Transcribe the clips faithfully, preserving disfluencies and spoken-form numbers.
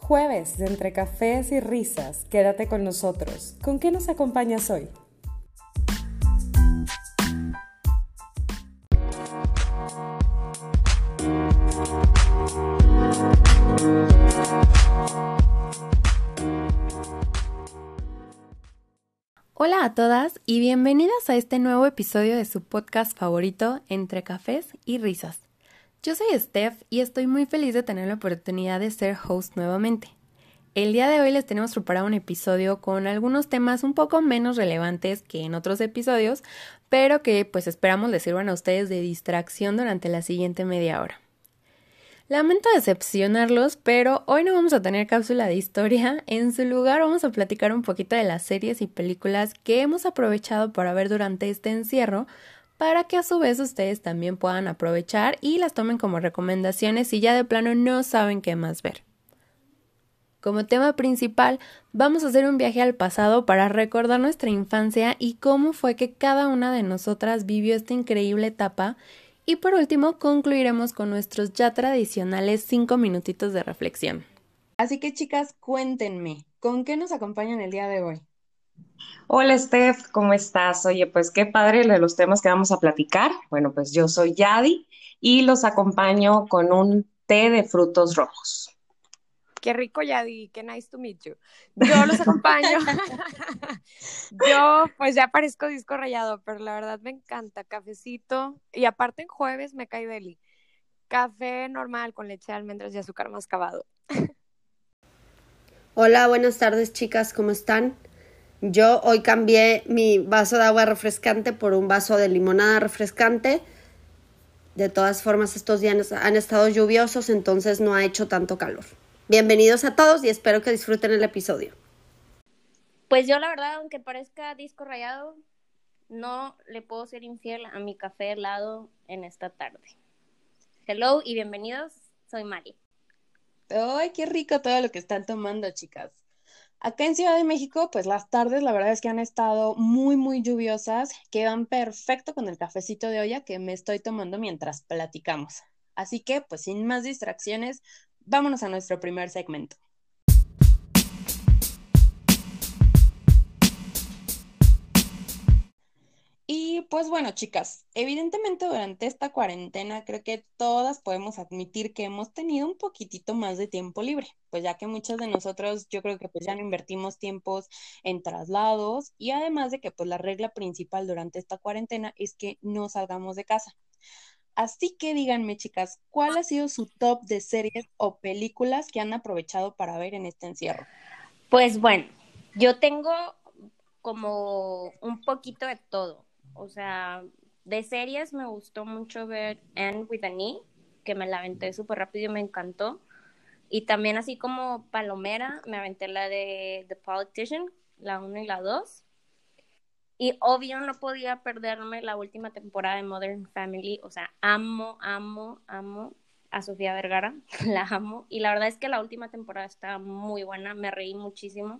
Jueves de entre cafés y risas, quédate con nosotros. ¿Con qué nos acompañas hoy? Hola a todas y bienvenidas a este nuevo episodio de su podcast favorito, Entre Cafés y Risas. Yo soy Steph y estoy muy feliz de tener la oportunidad de ser host nuevamente. El día de hoy les tenemos preparado un episodio con algunos temas un poco menos relevantes que en otros episodios, pero que pues esperamos les sirvan a ustedes de distracción durante la siguiente media hora. Lamento decepcionarlos, pero hoy no vamos a tener cápsula de historia. En su lugar vamos a platicar un poquito de las series y películas que hemos aprovechado para ver durante este encierro, para que a su vez ustedes también puedan aprovechar y las tomen como recomendaciones si ya de plano no saben qué más ver. Como tema principal, vamos a hacer un viaje al pasado para recordar nuestra infancia y cómo fue que cada una de nosotras vivió esta increíble etapa. Y por último, concluiremos con nuestros ya tradicionales cinco minutitos de reflexión. Así que chicas, cuéntenme, ¿con qué nos acompañan el día de hoy? Hola Steph, ¿cómo estás? Oye, pues qué padre de los temas que vamos a platicar. Bueno, pues yo soy Yadi y los acompaño con un té de frutos rojos. Qué rico, Yadi, qué nice to meet you. Yo los acompaño. Yo, pues ya parezco disco rayado, pero la verdad me encanta. Cafecito. Y aparte en jueves me cae deli. Café normal con leche de almendras y azúcar mascabado. Hola, buenas tardes chicas, ¿cómo están? Yo hoy cambié mi vaso de agua refrescante por un vaso de limonada refrescante. De todas formas, estos días han estado lluviosos, entonces no ha hecho tanto calor. Bienvenidos a todos y espero que disfruten el episodio. Pues yo la verdad, aunque parezca disco rayado, no le puedo ser infiel a mi café helado en esta tarde. Hello y bienvenidos, soy Mari. ¡Ay, qué rico todo lo que están tomando, chicas! Acá en Ciudad de México, pues las tardes la verdad es que han estado muy, muy lluviosas, que van perfecto con el cafecito de olla que me estoy tomando mientras platicamos. Así que, pues sin más distracciones, vámonos a nuestro primer segmento. Y pues bueno, chicas, evidentemente durante esta cuarentena creo que todas podemos admitir que hemos tenido un poquitito más de tiempo libre, pues ya que muchas de nosotros yo creo que pues ya no invertimos tiempos en traslados y además de que pues la regla principal durante esta cuarentena es que no salgamos de casa. Así que díganme, chicas, ¿cuál ha sido su top de series o películas que han aprovechado para ver en este encierro? Pues bueno, yo tengo como un poquito de todo. O sea, de series me gustó mucho ver Anne with an E, que me la aventé súper rápido y me encantó. Y también así como palomera, me aventé la de The Politician, la uno y la dos. Y obvio no podía perderme la última temporada de Modern Family. O sea, amo, amo, amo a Sofía Vergara, la amo. Y la verdad es que la última temporada está muy buena, me reí muchísimo.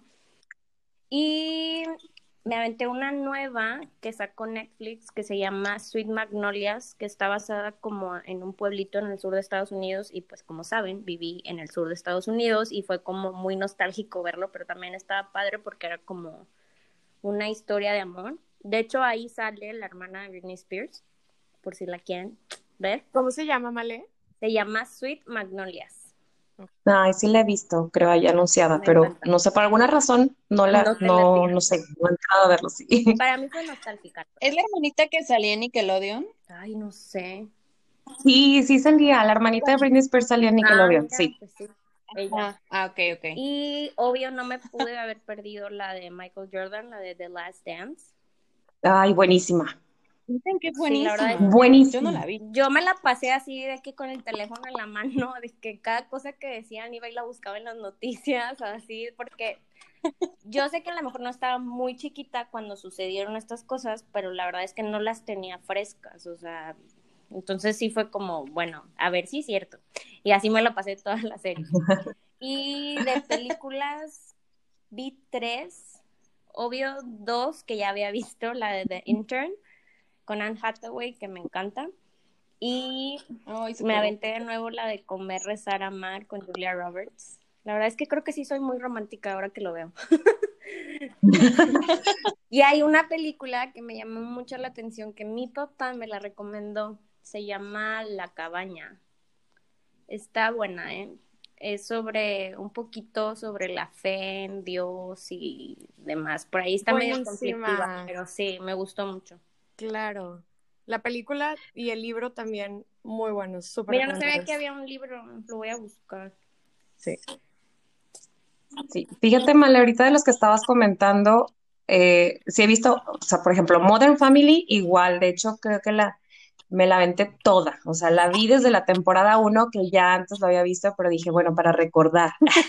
Y me aventé una nueva que sacó Netflix que se llama Sweet Magnolias, que está basada como en un pueblito en el sur de Estados Unidos y pues como saben, viví en el sur de Estados Unidos y fue como muy nostálgico verlo, pero también estaba padre porque era como una historia de amor. De hecho, ahí sale la hermana de Britney Spears, por si la quieren ver. ¿Cómo se llama, Male? Se llama Sweet Magnolias. Ay, sí la he visto, creo ahí anunciada, Me pero encanta. no sé, por alguna razón no la, No te no, latía. no sé, no he entrado a verlo, sí. Para mí fue nostálgica. ¿Es la hermanita que salía en Nickelodeon? Ay, no sé. Sí, sí salía, la hermanita de Britney Spears salía en Ah, Nickelodeon, mira, sí. pues sí. Ella. Ah, ah, ok, ok. Y obvio no me pude haber perdido la de Michael Jordan, la de The Last Dance. Ay, buenísima, Dicen que es Sí, la verdad es buenísima. que Yo no la buenísima. vi. yo me la pasé así de que con el teléfono en la mano, de que cada cosa que decían iba y la buscaba en las noticias, así, porque yo sé que a lo mejor no estaba muy chiquita cuando sucedieron estas cosas, pero la verdad es que no las tenía frescas, o sea, entonces sí fue como, bueno, a ver si es cierto. Y así me la pasé toda la serie. Y de películas vi tres, obvio dos que ya había visto, la de The Intern con Anne Hathaway, que me encanta, y Ay, me súper. aventé de nuevo la de Comer, Rezar, Amar con Julia Roberts, La verdad es que creo que sí soy muy romántica ahora que lo veo. Y hay una película que me llamó mucho la atención, que mi papá me la recomendó. Se llama La Cabaña. Está buena, ¿eh? Es sobre, un poquito sobre la fe en Dios y demás. Por ahí está medio conflictiva, Buenísima. pero sí, me gustó mucho. Claro. La película y el libro también muy buenos, súper Mira, no sabía que recomendables. había un libro, lo voy a buscar. Sí. Sí, fíjate, Male, ahorita de los que estabas comentando, eh, sí he visto, o sea, por ejemplo, Modern Family, igual, de hecho, creo que la, me la aventé toda, o sea, la vi desde la temporada uno, que ya antes lo había visto, pero dije, bueno, para recordar.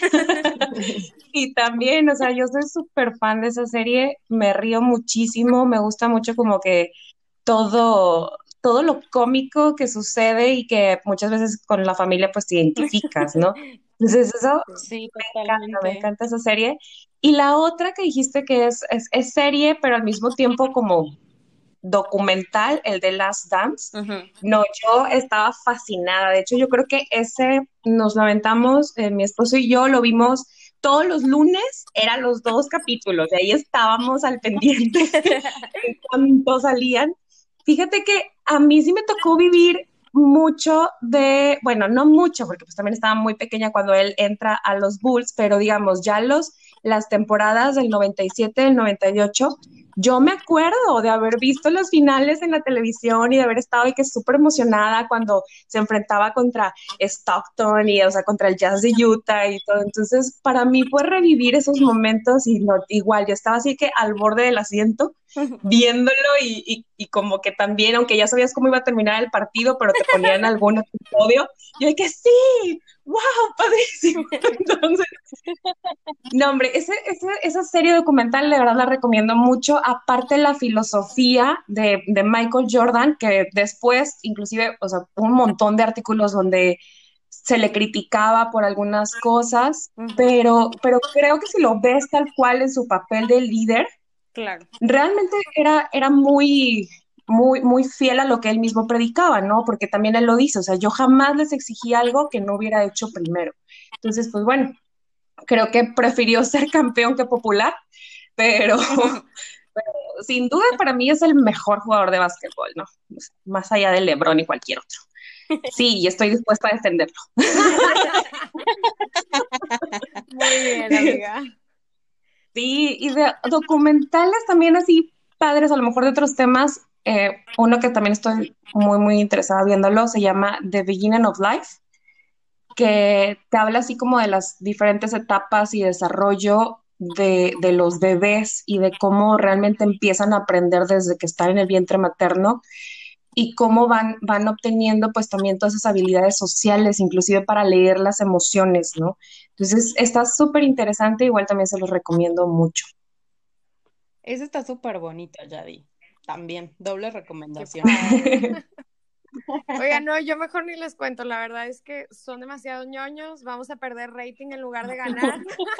Y también, o sea, yo soy súper fan de esa serie, me río muchísimo, me gusta mucho como que todo, todo lo cómico que sucede y que muchas veces con la familia pues te identificas, ¿no? Entonces eso Sí, me encanta, me totalmente. encanta esa serie. Y la otra que dijiste que es, es, es serie, pero al mismo tiempo como documental, el de Last Dance. Ujú. No, yo estaba fascinada. De hecho, yo creo que ese nos lamentamos, eh, mi esposo y yo lo vimos todos los lunes, eran los dos capítulos, de ahí estábamos al pendiente en cuanto salían. Fíjate que a mí sí me tocó vivir mucho de, bueno, no mucho, porque pues también estaba muy pequeña cuando él entra a los Bulls, pero digamos, ya los, las temporadas del noventa y siete, del noventa y ocho, yo me acuerdo de haber visto las finales en la televisión y de haber estado y que súper emocionada cuando se enfrentaba contra Stockton y, o sea, contra el Jazz de Utah y todo. Entonces, para mí fue revivir esos momentos y no, igual, yo estaba así que al borde del asiento viéndolo y, y, y como que también, aunque ya sabías cómo iba a terminar el partido, pero te ponían algún episodio, yo de que sí, wow, padrísimo. Entonces, no, hombre, ese, ese, esa serie documental de verdad la recomiendo mucho, aparte la filosofía de, de Michael Jordan, que después, inclusive, o sea, un montón de artículos donde se le criticaba por algunas cosas, Ujú. pero, pero creo que si lo ves tal cual en su papel de líder, Claro. realmente era, era muy, muy, muy fiel a lo que él mismo predicaba, ¿no? Porque también él lo dice, o sea, yo jamás les exigí algo que no hubiera hecho primero. Entonces, pues bueno, creo que prefirió ser campeón que popular, pero, pero sin duda para mí es el mejor jugador de básquetbol, ¿no? Más allá de LeBron y cualquier otro. Sí, y estoy dispuesta a defenderlo. Muy bien, amiga. Sí, y de documentales también así padres, a lo mejor de otros temas. Eh, uno que también estoy muy, muy interesada viéndolo se llama The Beginning of Life, que te habla así como de las diferentes etapas y desarrollo de, de los bebés y de cómo realmente empiezan a aprender desde que están en el vientre materno y cómo van, van obteniendo pues también todas esas habilidades sociales, inclusive para leer las emociones, ¿no? Entonces está súper interesante, igual también se los recomiendo mucho. Ese está súper bonito, Yadi. También, doble Qué recomendación. padre. Oiga, no, yo mejor ni les cuento. La verdad es que son demasiado ñoños. Vamos a perder rating en lugar de ganar.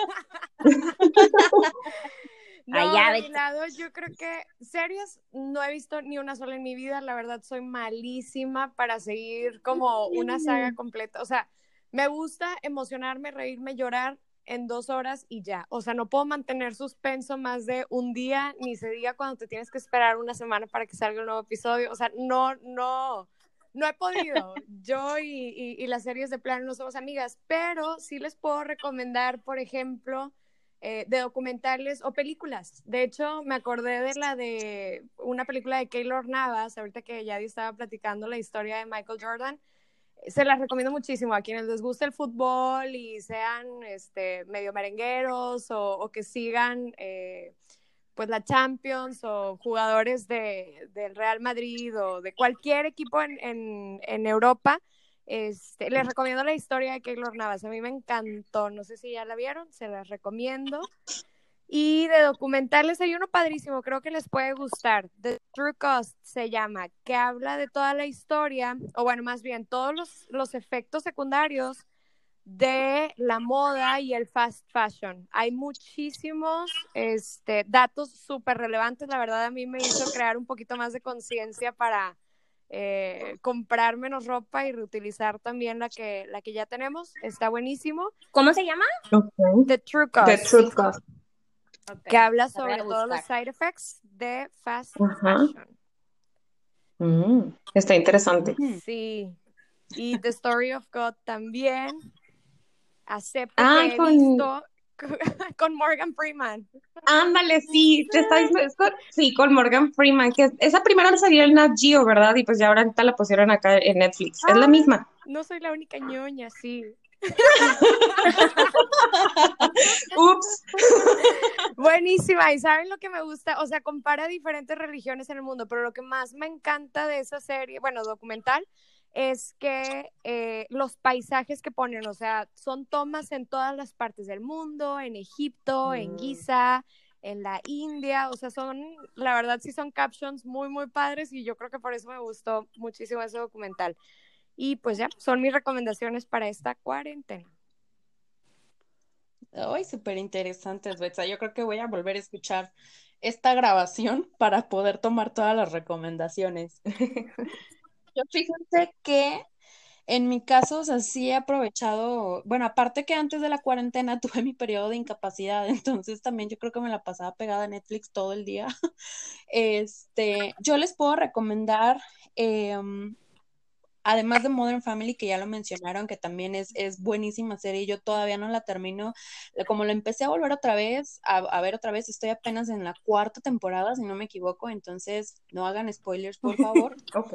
No, Allá, de mi vete. lado, yo creo que series no he visto ni una sola en mi vida. La verdad, soy malísima para seguir como una saga completa. O sea, me gusta emocionarme, reírme, llorar en dos horas y ya. O sea, no puedo mantener suspenso más de un día, ni se diga cuando te tienes que esperar una semana para que salga un nuevo episodio. O sea, no, no, no he podido. Yo y, y, y las series de plano no somos amigas, pero sí les puedo recomendar, por ejemplo, eh, de documentales o películas. De hecho, me acordé de la de una película de Keylor Navas, ahorita que Yadi estaba platicando la historia de Michael Jordan. Se las recomiendo muchísimo a quienes les guste el fútbol y sean este, medio merengueros o, o que sigan eh, pues la Champions o jugadores de, del Real Madrid o de cualquier equipo en, en, en Europa. Este, les recomiendo la historia de Keylor Navas. A mí me encantó. No sé si ya la vieron, se las recomiendo. Y de documentales hay uno padrísimo, creo que les puede gustar. The True Cost se llama, que habla de toda la historia, o bueno, más bien todos los, los efectos secundarios de la moda y el fast fashion. Hay muchísimos este, datos súper relevantes. La verdad, a mí me hizo crear un poquito más de conciencia para eh, comprar menos ropa y reutilizar también la que, la que ya tenemos. Está buenísimo. ¿Cómo se llama? Okay. The True The Cost, Truth Cost. Okay. que habla La voy sobre a todos los buscar. side effects de fast Ajá. fashion. Mm, está interesante. Mm. Sí. Y The Story of God también. Acepto Ah, que he con- visto con Morgan Freeman. Ándale, sí, te está diciendo, es con- sí, con Morgan Freeman, que esa primera salió en Nat Geo, ¿verdad? Y pues ya ahorita la pusieron acá en Netflix. Es la Ah, misma. No soy la única ñoña, sí. Ups. Buenísima, y ¿saben lo que me gusta? O sea, compara diferentes religiones en el mundo, pero lo que más me encanta de esa serie, bueno, documental, es que eh, los paisajes que ponen, o sea, son tomas en todas las partes del mundo, en Egipto, en Mm. Giza, en la India, o sea, son, la verdad sí son captions muy, muy padres y yo creo que por eso me gustó muchísimo ese documental. Y pues ya, son mis recomendaciones para esta cuarentena. Ay, súper interesantes, Betsa. Yo creo que voy a volver a escuchar esta grabación para poder tomar todas las recomendaciones. Yo fíjense que en mi caso, o sea, sí he aprovechado, bueno, aparte que antes de la cuarentena tuve mi periodo de incapacidad, entonces también yo creo que me la pasaba pegada a Netflix todo el día. Este, yo les puedo recomendar, em, además de Modern Family, que ya lo mencionaron, que también es, es buenísima serie, yo todavía no la termino, como la empecé a volver otra vez, a, a ver otra vez, estoy apenas en la cuarta temporada, si no me equivoco, entonces no hagan spoilers, por favor. Ok.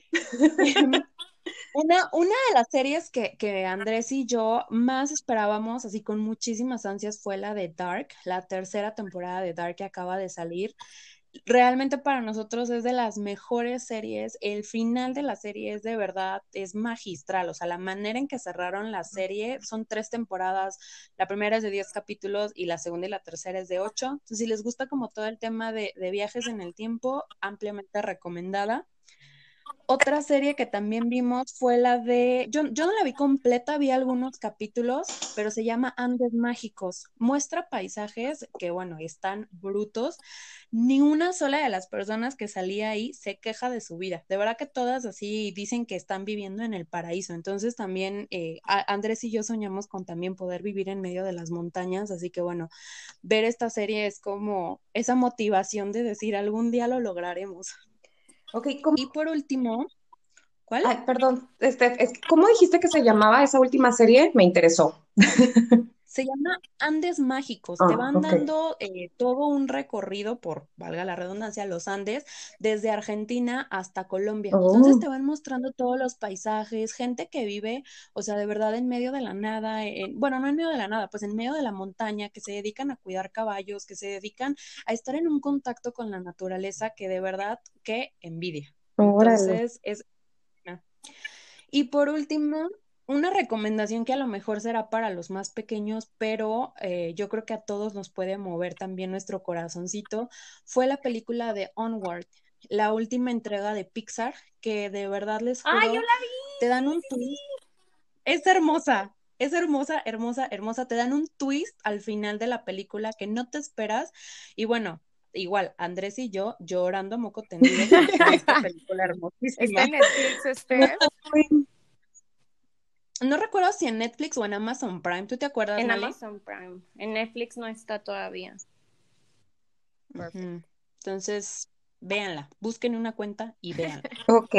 Una, una de las series que, que Andrés y yo más esperábamos, así con muchísimas ansias, fue la de Dark, la tercera temporada de Dark que acaba de salir. Realmente para nosotros es de las mejores series. El final de la serie es de verdad, es magistral. O sea, la manera en que cerraron la serie son tres temporadas. La primera es de diez capítulos y la segunda y la tercera es de ocho. Entonces, si les gusta como todo el tema de, de viajes en el tiempo, ampliamente recomendada. Otra serie que también vimos fue la de, yo, yo no la vi completa, vi algunos capítulos, pero se llama Andes Mágicos. Muestra paisajes que, bueno, están brutos. Ni una sola de las personas que salía ahí se queja de su vida. De verdad que todas así dicen que están viviendo en el paraíso. Entonces también eh, a- Andrés y yo soñamos con también poder vivir en medio de las montañas. Así que, bueno, ver esta serie es como esa motivación de decir algún día lo lograremos. Ok, ¿cómo? Y por último, ¿cuál? Ay, perdón, este, es- ¿cómo dijiste que se llamaba esa última serie? Me interesó. Se llama Andes Mágicos. Te Ah, van ok. dando eh, todo un recorrido por, valga la redundancia, los Andes, desde Argentina hasta Colombia. Entonces Oh, te van mostrando todos los paisajes, gente que vive, o sea, de verdad en medio de la nada, en- bueno, no en medio de la nada, pues en medio de la montaña, que se dedican a cuidar caballos, que se dedican a estar en un contacto con la naturaleza, que de verdad, qué envidia. órale. Entonces, es... Y por último, una recomendación que a lo mejor será para los más pequeños, pero eh, yo creo que a todos nos puede mover también nuestro corazoncito, fue la película de Onward, la última entrega de Pixar, que de verdad les ¡Ay, yo juro, la vi! te dan Sí, un sí, twist. sí. Es hermosa, es hermosa, hermosa, hermosa. Te dan un twist al final de la película que no te esperas. Y bueno, igual, Andrés y yo llorando a moco tendido con, con esta película Está hermosísima. en Netflix, Steph. No recuerdo si en Netflix o en Amazon Prime. ¿Tú te acuerdas, En Male? Amazon Prime. En Netflix no está todavía. Ujú. Entonces, véanla. Busquen una cuenta y véanla. Ok.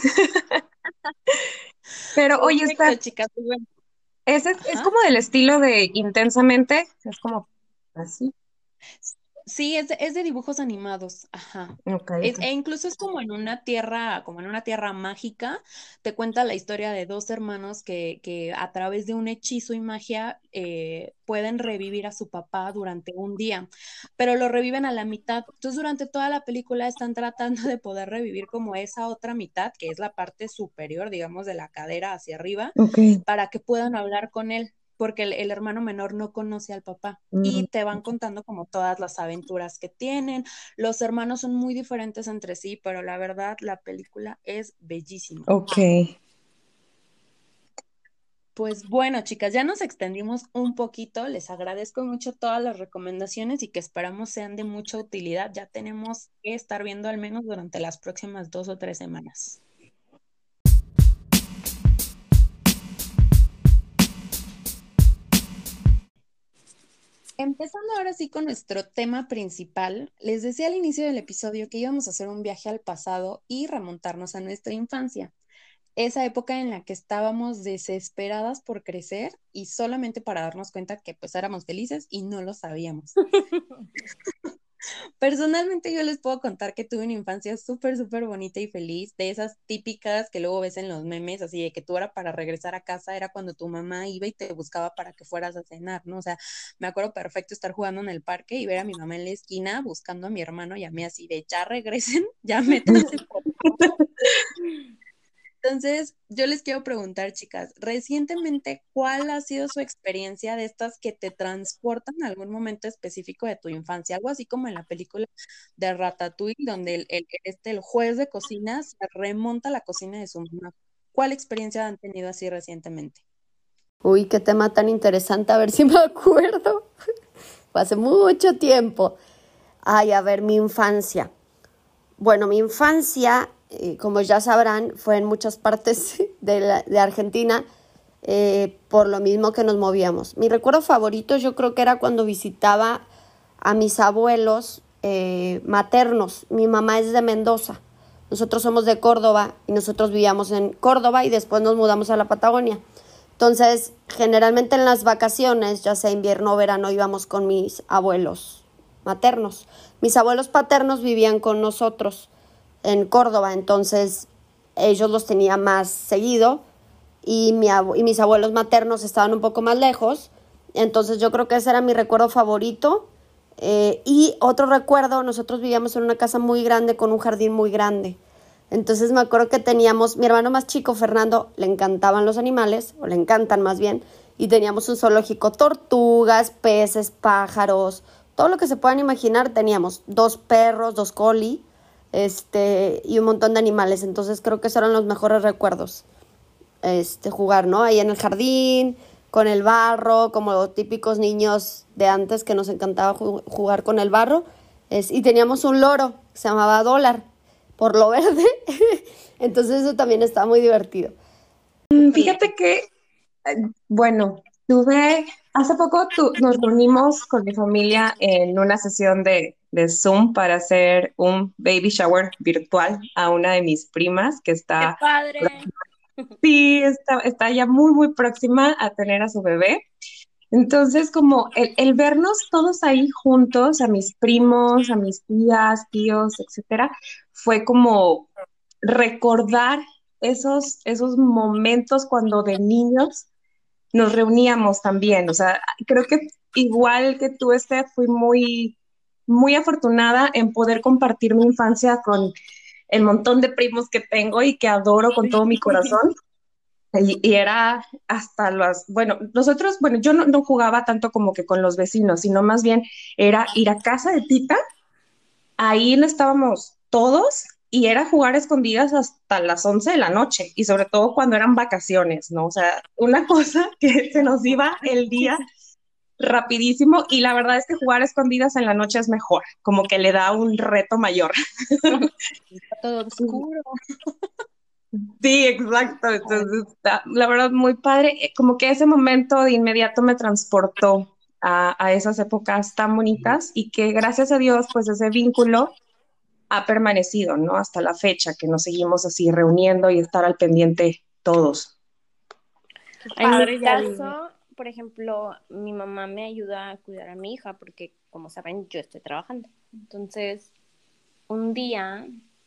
Pero oye, Perfecto, Steph, chicas. Pues bueno. ese es, es Ajá. como del estilo de Intensamente, es como así. Sí, es de, es de dibujos animados, ajá. Ok, Es- ok. e incluso es como en una tierra, como en una tierra mágica, te cuenta la historia de dos hermanos que, que a través de un hechizo y magia eh, pueden revivir a su papá durante un día, pero lo reviven a la mitad. Entonces, durante toda la película están tratando de poder revivir como esa otra mitad, que es la parte superior, digamos, de la cadera hacia arriba, Ok. para que puedan hablar con él porque el, el hermano menor no conoce al papá Mm, y te van contando como todas las aventuras que tienen. Los hermanos son muy diferentes entre sí, pero la verdad la película es bellísima. ok. Pues bueno, chicas, ya nos extendimos un poquito. Les agradezco mucho todas las recomendaciones y que esperamos sean de mucha utilidad. Ya tenemos que estar viendo al menos durante las próximas dos o tres semanas. Empezando ahora sí con nuestro tema principal, les decía al inicio del episodio que íbamos a hacer un viaje al pasado y remontarnos a nuestra infancia, esa época en la que estábamos desesperadas por crecer y solamente para darnos cuenta que pues éramos felices y no lo sabíamos. Personalmente yo les puedo contar que tuve una infancia súper, súper bonita y feliz, de esas típicas que luego ves en los memes, así de que tú era para regresar a casa, era cuando tu mamá iba y te buscaba para que fueras a cenar, ¿no? O sea, me acuerdo perfecto estar jugando en el parque y ver a mi mamá en la esquina buscando a mi hermano y a mí así de, ya regresen, ya métanse por favor. Entonces, yo les quiero preguntar, chicas, recientemente, ¿cuál ha sido su experiencia de estas que te transportan a algún momento específico de tu infancia? Algo así como en la película de Ratatouille, donde el, el, este, el juez de cocina se remonta a la cocina de su mamá. ¿Cuál experiencia han tenido así recientemente? Uy, qué tema tan interesante, a ver si me acuerdo. Fue hace mucho tiempo. Ay, a ver, mi infancia. Bueno, mi infancia, eh, como ya sabrán, fue en muchas partes de, la, de Argentina, eh, por lo mismo que nos movíamos. Mi recuerdo favorito yo creo que era cuando visitaba a mis abuelos eh, maternos. Mi mamá es de Mendoza, nosotros somos de Córdoba y nosotros vivíamos en Córdoba y después nos mudamos a la Patagonia. Entonces, generalmente en las vacaciones, ya sea invierno o verano, íbamos con mis abuelos maternos. Mis abuelos paternos vivían con nosotros en Córdoba, entonces ellos los tenía más seguido y, mi abu- y mis abuelos maternos estaban un poco más lejos, entonces yo creo que ese era mi recuerdo favorito. Eh, y otro recuerdo, nosotros vivíamos en una casa muy grande con un jardín muy grande. Entonces me acuerdo que teníamos, mi hermano más chico, Fernando, le encantaban los animales, o le encantan más bien, y teníamos un zoológico, tortugas, peces, pájaros, todo lo que se puedan imaginar teníamos, dos perros, dos collie, este, y un montón de animales. Entonces creo que esos eran los mejores recuerdos, este, jugar, ¿no? Ahí en el jardín, con el barro, como los típicos niños de antes que nos encantaba ju- jugar con el barro, es, y teníamos un loro que se llamaba Dólar, por lo verde. Entonces eso también está muy divertido. Fíjate que, eh, bueno, tuve, hace poco tu- nos reunimos con mi familia en una sesión de, de Zoom para hacer un baby shower virtual a una de mis primas que ¡Qué está, padre! sí, está, está ya muy, muy próxima a tener a su bebé. Entonces, como el, el vernos todos ahí juntos, a mis primos, a mis tías, tíos, etcétera, fue como recordar esos, esos momentos cuando de niños nos reuníamos también. O sea, creo que igual que tú, Este, fui muy, muy afortunada en poder compartir mi infancia con el montón de primos que tengo y que adoro con todo mi corazón. Y, y era hasta las, bueno, nosotros, bueno, yo no, no jugaba tanto como que con los vecinos, sino más bien era ir a casa de tita, ahí no estábamos todos y era jugar a escondidas hasta las once de la noche y sobre todo cuando eran vacaciones, ¿no? O sea, una cosa que se nos iba el día rapidísimo y la verdad es que jugar a escondidas en la noche es mejor, como que le da un reto mayor. Está todo oscuro. Sí, exacto. Entonces, está, la verdad, muy padre. Eh, Como que ese momento de inmediato me transportó a, a esas épocas tan bonitas y que gracias a Dios, pues ese vínculo ha permanecido, ¿no? Hasta la fecha, que nos seguimos así reuniendo y estar al pendiente todos. En mi Padre, Yadine. caso, por ejemplo, mi mamá me ayuda a cuidar a mi hija porque, como saben, yo estoy trabajando. Entonces, un día,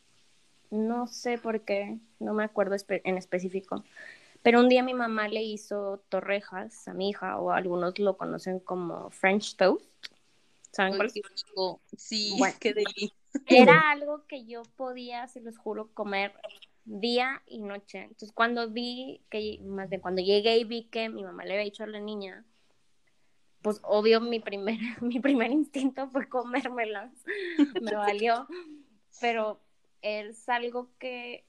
no sé por qué, no me acuerdo espe- en específico, pero un día mi mamá le hizo torrejas a mi hija, o algunos lo conocen como French toast. ¿Saben cuál Ay, es? qué rico. Sí, Bueno, qué deli. era algo que yo podía, se los juro, comer día y noche. Entonces, cuando vi que, más bien cuando llegué y vi que mi mamá le había dicho a la niña, pues obvio mi primer, mi primer instinto fue comérmelas. Me valió, pero es algo que,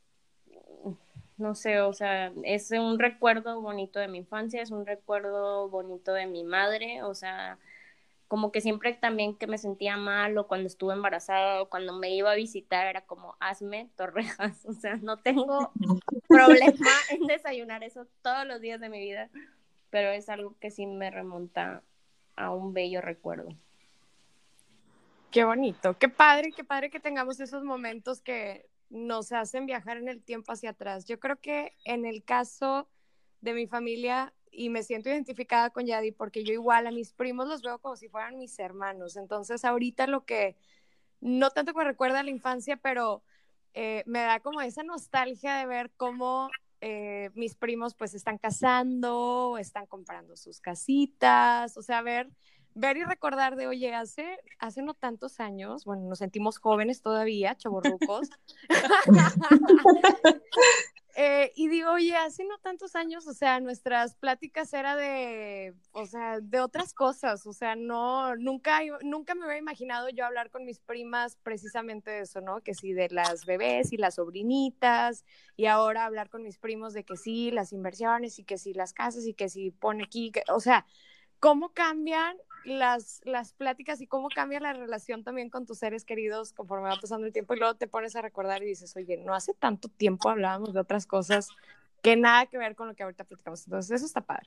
no sé, o sea, es un recuerdo bonito de mi infancia, es un recuerdo bonito de mi madre, o sea, como que siempre también que me sentía mal o cuando estuve embarazada o cuando me iba a visitar era como, hazme torrejas, o sea, no tengo problema en desayunar eso todos los días de mi vida, pero es algo que sí me remonta a un bello recuerdo. Qué bonito, qué padre, qué padre que tengamos esos momentos que nos hacen viajar en el tiempo hacia atrás. Yo creo que en el caso de mi familia, y me siento identificada con Yadi, porque yo igual a mis primos los veo como si fueran mis hermanos. Entonces ahorita lo que, no tanto que me recuerda a la infancia, pero eh, me da como esa nostalgia de ver cómo eh, mis primos pues están casando, están comprando sus casitas, o sea, ver ver y recordar de, oye, hace, hace no tantos años, bueno, nos sentimos jóvenes todavía, chavorrucos, eh, y digo, oye, hace no tantos años, o sea, nuestras pláticas era de, o sea, de otras cosas, o sea, no, nunca, nunca me había imaginado yo hablar con mis primas precisamente de eso, ¿no? Que sí, de las bebés y las sobrinitas, y ahora hablar con mis primos de que sí, las inversiones, y que sí, las casas, y que sí, pone aquí, que, o sea, cómo cambian las, las pláticas y cómo cambia la relación también con tus seres queridos conforme va pasando el tiempo y luego te pones a recordar y dices, oye, no hace tanto tiempo hablábamos de otras cosas que nada que ver con lo que ahorita platicamos. Entonces, eso está padre.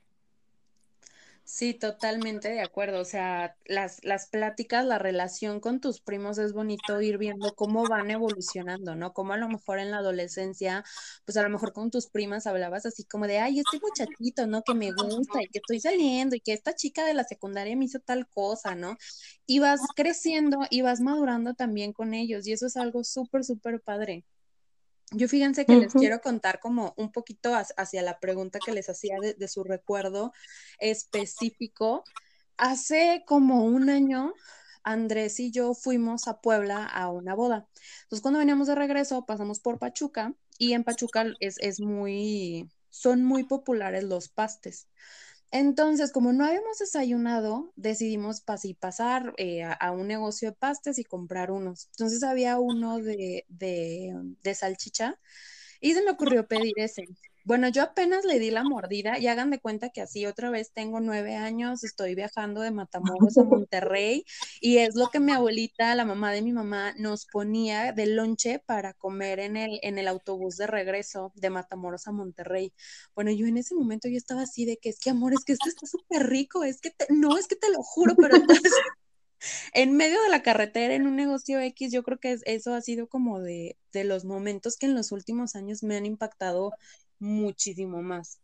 Sí, totalmente de acuerdo. O sea, las, las pláticas, la relación con tus primos es bonito ir viendo cómo van evolucionando, ¿no? Como a lo mejor en la adolescencia, pues a lo mejor con tus primas hablabas así como de, ay, este muchachito, ¿no? Que me gusta y que estoy saliendo y que esta chica de la secundaria me hizo tal cosa, ¿no? Y vas creciendo y vas madurando también con ellos y eso es algo súper, súper padre. Yo fíjense que les Ujú. quiero contar como un poquito hacia la pregunta que les hacía de, de su recuerdo específico. Hace como un año, Andrés y yo fuimos a Puebla a una boda. Entonces, cuando veníamos de regreso, pasamos por Pachuca y en Pachuca es, es muy, son muy populares los pastes. Entonces, como no habíamos desayunado, decidimos pas y pasar eh, a, a un negocio de pastes y comprar unos. Entonces había uno de, de, de salchicha y se me ocurrió pedir ese. Bueno, yo apenas le di la mordida y hagan de cuenta que así otra vez tengo nueve años, estoy viajando de Matamoros a Monterrey y es lo que mi abuelita, la mamá de mi mamá, nos ponía de lonche para comer en el, en el autobús de regreso de Matamoros a Monterrey. Bueno, yo en ese momento yo estaba así de que es que amor, es que esto está súper rico, es que te, no, es que te lo juro, pero entonces en medio de la carretera, en un negocio X, yo creo que es- eso ha sido como de, de los momentos que en los últimos años me han impactado muchísimo más.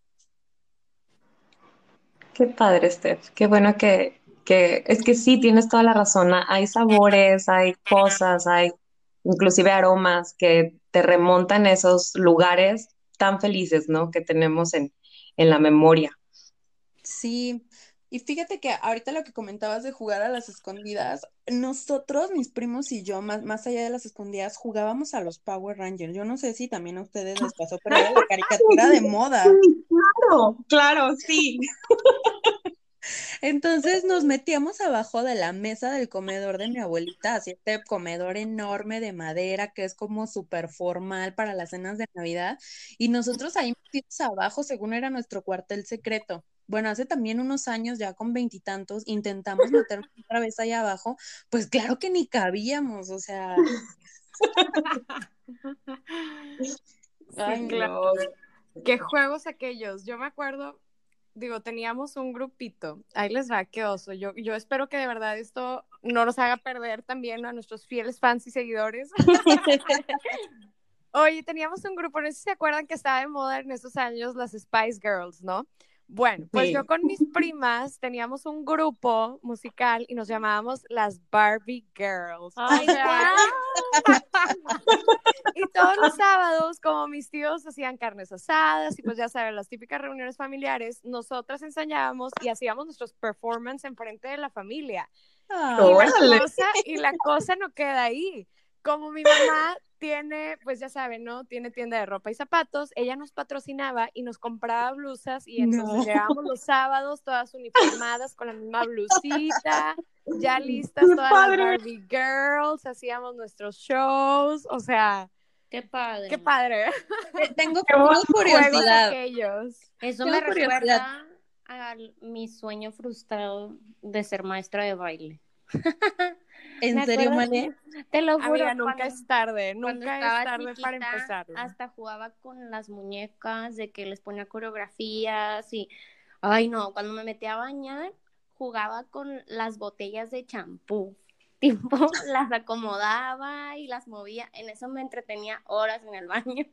Qué padre, Steph. Qué bueno que, que, es que sí, tienes toda la razón. Hay sabores, hay cosas, hay inclusive aromas que te remontan a esos lugares tan felices, ¿no? Que tenemos en, en la memoria. Sí, y fíjate que ahorita lo que comentabas de jugar a las escondidas, nosotros, mis primos y yo, más, más allá de las escondidas, jugábamos a los Power Rangers. Yo no sé si también a ustedes les pasó, pero era la caricatura de moda. Sí, claro, claro, sí. Entonces nos metíamos abajo de la mesa del comedor de mi abuelita, así este comedor enorme de madera que es como súper formal para las cenas de Navidad, y nosotros ahí metidos abajo, según era nuestro cuartel secreto. Bueno, hace también unos años, ya con veintitantos, intentamos meternos otra vez ahí abajo, pues claro que ni cabíamos, o sea, Sí, ay, no. claro. No, ¿Qué juegos aquellos? Yo me acuerdo, digo, teníamos un grupito. Ahí les va, qué oso. Yo, yo espero que de verdad esto no nos haga perder también a nuestros fieles fans y seguidores. Oye, teníamos un grupo, no sé si se acuerdan que estaba de moda en esos años las Spice Girls, ¿no? Bueno, pues yo sí. con mis primas teníamos un grupo musical y nos llamábamos las Barbie Girls. O Ay, sea, wow. y todos los sábados, como mis tíos hacían carnes asadas y pues ya saben, las típicas reuniones familiares, nosotras ensayábamos y hacíamos nuestros performance en frente de la familia. Y la Órale. cosa, y la cosa no queda ahí. Como mi mamá tiene, pues ya saben, ¿no? Tiene tienda de ropa y zapatos, ella nos patrocinaba y nos compraba blusas y entonces No. llegábamos los sábados todas uniformadas con la misma blusita, ya listas Qué todas las padre. Barbie Girls, hacíamos nuestros shows, o sea, Qué qué padre. padre. Te- Tengo, Qué tengo Juegos bonito. curiosidad, aquellos. Eso me tengo curiosidad. recuerda a mi sueño frustrado de ser maestra de baile. ¿En ¿Me serio, acuerdas? Male? Te lo Amiga, juro, nunca cuando, es tarde, cuando nunca es estaba tarde para chiquita, empezar. hasta jugaba con las muñecas, de que les ponía coreografías y, ay no, cuando me metía a bañar, jugaba con las botellas de champú. Tipo, las acomodaba y las movía. En eso me entretenía horas en el baño.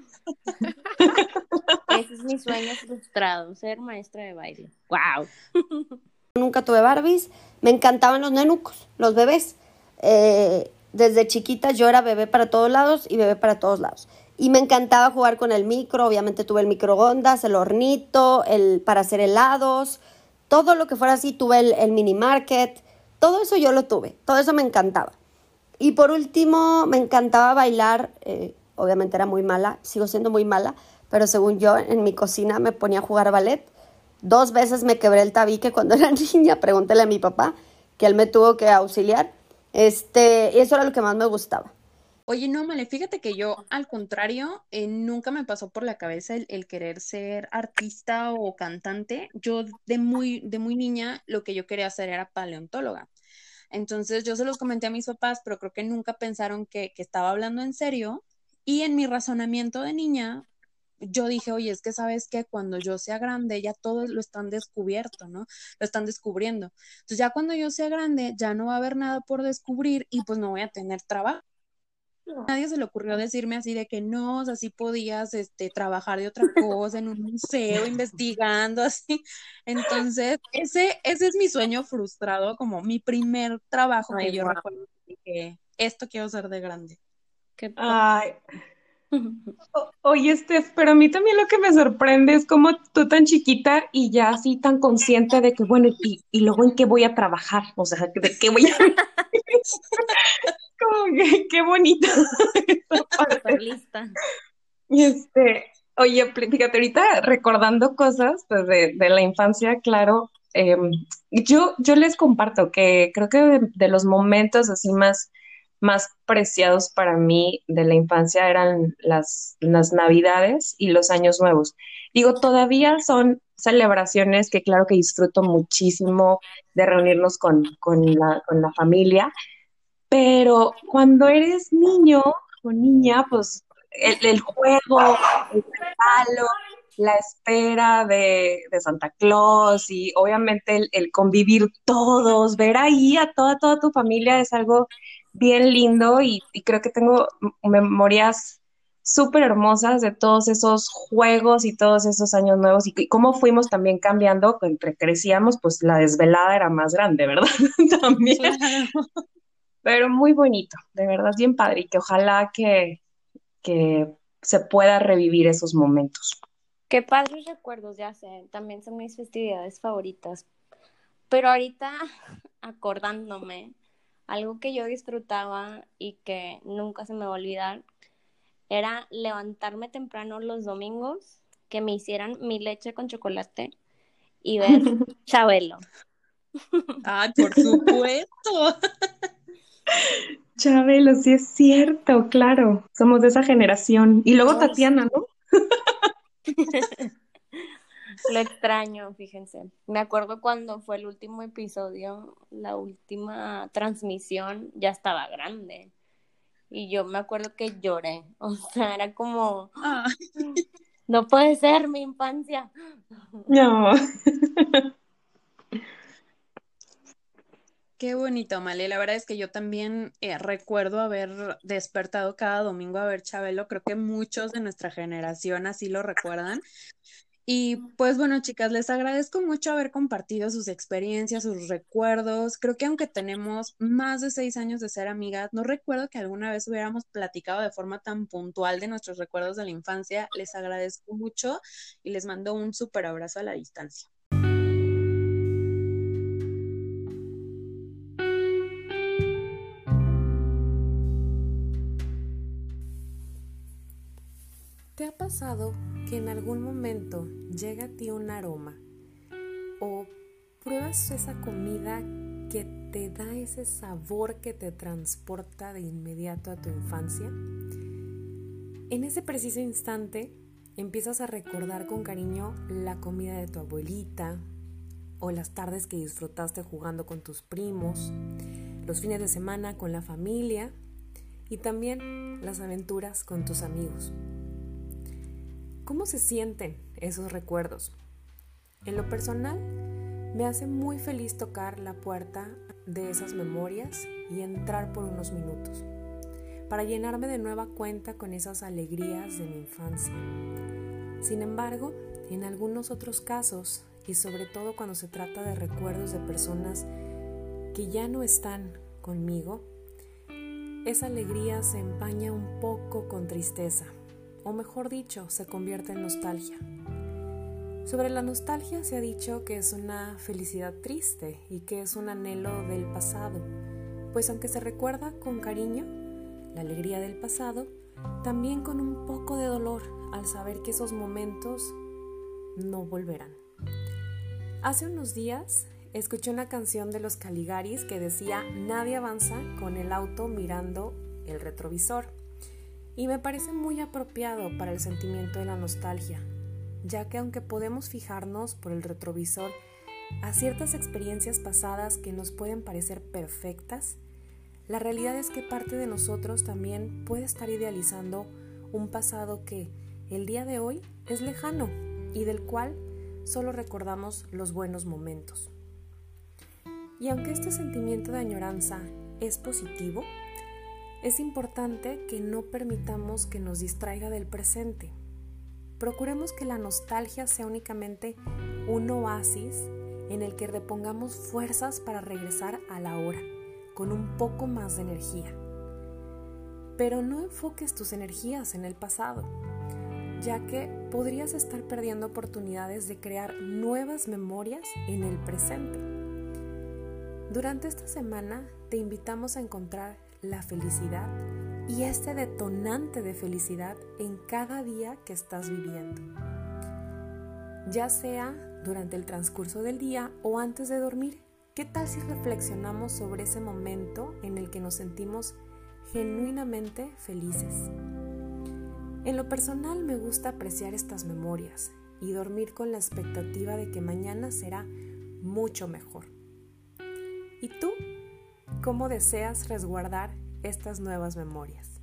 Ese es mi sueño frustrado, ser maestra de baile. ¡Wow! Nunca tuve Barbies. Me encantaban los nenucos, los bebés. Eh, desde chiquita yo era bebé para todos lados y bebé para todos lados. Y me encantaba jugar con el micro. Obviamente tuve el microondas, el hornito, el para hacer helados. Todo lo que fuera así. Tuve el, el mini market. Todo eso yo lo tuve. Todo eso me encantaba. Y por último, me encantaba bailar. Eh, obviamente era muy mala. Sigo siendo muy mala. Pero según yo, en mi cocina me ponía a jugar ballet. Dos veces me quebré el tabique cuando era niña. Pregúntele a mi papá, que él me tuvo que auxiliar. Este, y eso era lo que más me gustaba. Oye, no, Male, fíjate que yo, al contrario, eh, nunca me pasó por la cabeza el, el querer ser artista o cantante. Yo de muy, de muy niña lo que yo quería hacer era paleontóloga. Entonces yo se los comenté a mis papás, pero creo que nunca pensaron que, que estaba hablando en serio. Y en mi razonamiento de niña, yo dije, oye, es que sabes que cuando yo sea grande ya todos lo están descubierto, ¿no? Lo están descubriendo. Entonces ya cuando yo sea grande ya no va a haber nada por descubrir y pues no voy a tener trabajo. Nadie se le ocurrió decirme así de que no, o sea, sí podías este, trabajar de otra cosa en un museo investigando así. Entonces, ese, ese es mi sueño frustrado, como mi primer trabajo que Ay, yo wow. recuerdo que esto quiero ser de grande. Qué Ay, o- oye, Steph, pero a mí también lo que me sorprende es como tú tan chiquita y ya así tan consciente de que, bueno, y, y luego en qué voy a trabajar, o sea, de qué voy a... Como que, qué bonito esa súper parte. lista. Y este, oye, pl- fíjate, ahorita recordando cosas pues, de, de la infancia, claro, eh, yo, yo les comparto que creo que de, de los momentos así más, más preciados para mí de la infancia eran las, las Navidades y los Años Nuevos. Digo, todavía son celebraciones que claro que disfruto muchísimo de reunirnos con, con la, con la familia, pero cuando eres niño o niña, pues el, el juego, el regalo, la espera de, de Santa Claus y obviamente el, el convivir todos, ver ahí a toda, toda tu familia es algo bien lindo y, y creo que tengo m- memorias súper hermosas de todos esos juegos y todos esos años nuevos y, y cómo fuimos también cambiando, entre crecíamos, pues la desvelada era más grande, ¿verdad? También. Claro. Pero muy bonito, de verdad, bien padre, y que ojalá que, que se pueda revivir esos momentos. Qué padres recuerdos, ya sé. También son mis festividades favoritas. Pero ahorita, acordándome, algo que yo disfrutaba y que nunca se me va a olvidar era levantarme temprano los domingos, que me hicieran mi leche con chocolate y ver Chabelo. Ay, por supuesto. Chabelo, sí es cierto, claro, somos de esa generación. Y luego Ay, Tatiana, sí. ¿no? Lo extraño, fíjense. Me acuerdo cuando fue el último episodio, la última transmisión, ya estaba grande. Y yo me acuerdo que lloré. O sea, era como, Ah, no puede ser mi infancia. No. qué bonito, Male. La verdad es que yo también eh, recuerdo haber despertado cada domingo a ver Chabelo. Creo que muchos de nuestra generación así lo recuerdan. Y pues bueno, chicas, les agradezco mucho haber compartido sus experiencias, sus recuerdos. Creo que aunque tenemos más de seis años de ser amigas, no recuerdo que alguna vez hubiéramos platicado de forma tan puntual de nuestros recuerdos de la infancia. Les agradezco mucho y les mando un súper abrazo a la distancia. ¿Te ha pasado que en algún momento llega a ti un aroma o pruebas esa comida que te da ese sabor que te transporta de inmediato a tu infancia? En ese preciso instante empiezas a recordar con cariño la comida de tu abuelita o las tardes que disfrutaste jugando con tus primos, los fines de semana con la familia y también las aventuras con tus amigos. ¿Cómo se sienten esos recuerdos? En lo personal, Me hace muy feliz tocar la puerta de esas memorias y entrar por unos minutos, para llenarme de nueva cuenta con esas alegrías de mi infancia. Sin embargo, en algunos otros casos, y sobre todo cuando se trata de recuerdos de personas que ya no están conmigo, esa alegría se empaña un poco con tristeza, o mejor dicho, se convierte en nostalgia. Sobre la nostalgia se ha dicho que es una felicidad triste y que es un anhelo del pasado, pues aunque se recuerda con cariño la alegría del pasado, también con un poco de dolor al saber que esos momentos no volverán. Hace unos días escuché una canción de los Caligaris que decía "Nadie avanza con el auto mirando el retrovisor", y me parece muy apropiado para el sentimiento de la nostalgia, ya que aunque podemos fijarnos por el retrovisor a ciertas experiencias pasadas que nos pueden parecer perfectas, la realidad es que parte de nosotros también puede estar idealizando un pasado que el día de hoy es lejano y del cual solo recordamos los buenos momentos. Y aunque este sentimiento de añoranza es positivo, es importante que no permitamos que nos distraiga del presente. Procuremos que la nostalgia sea únicamente un oasis en el que repongamos fuerzas para regresar a la hora, con un poco más de energía. Pero no enfoques tus energías en el pasado, ya que podrías estar perdiendo oportunidades de crear nuevas memorias en el presente. Durante esta semana te invitamos a encontrar la felicidad y este detonante de felicidad en cada día que estás viviendo, ya sea durante el transcurso del día o antes de dormir. ¿Qué tal si reflexionamos sobre ese momento en el que nos sentimos genuinamente felices? En lo personal me gusta apreciar estas memorias y dormir con la expectativa de que mañana será mucho mejor. ¿Y tú? ¿Cómo deseas resguardar estas nuevas memorias?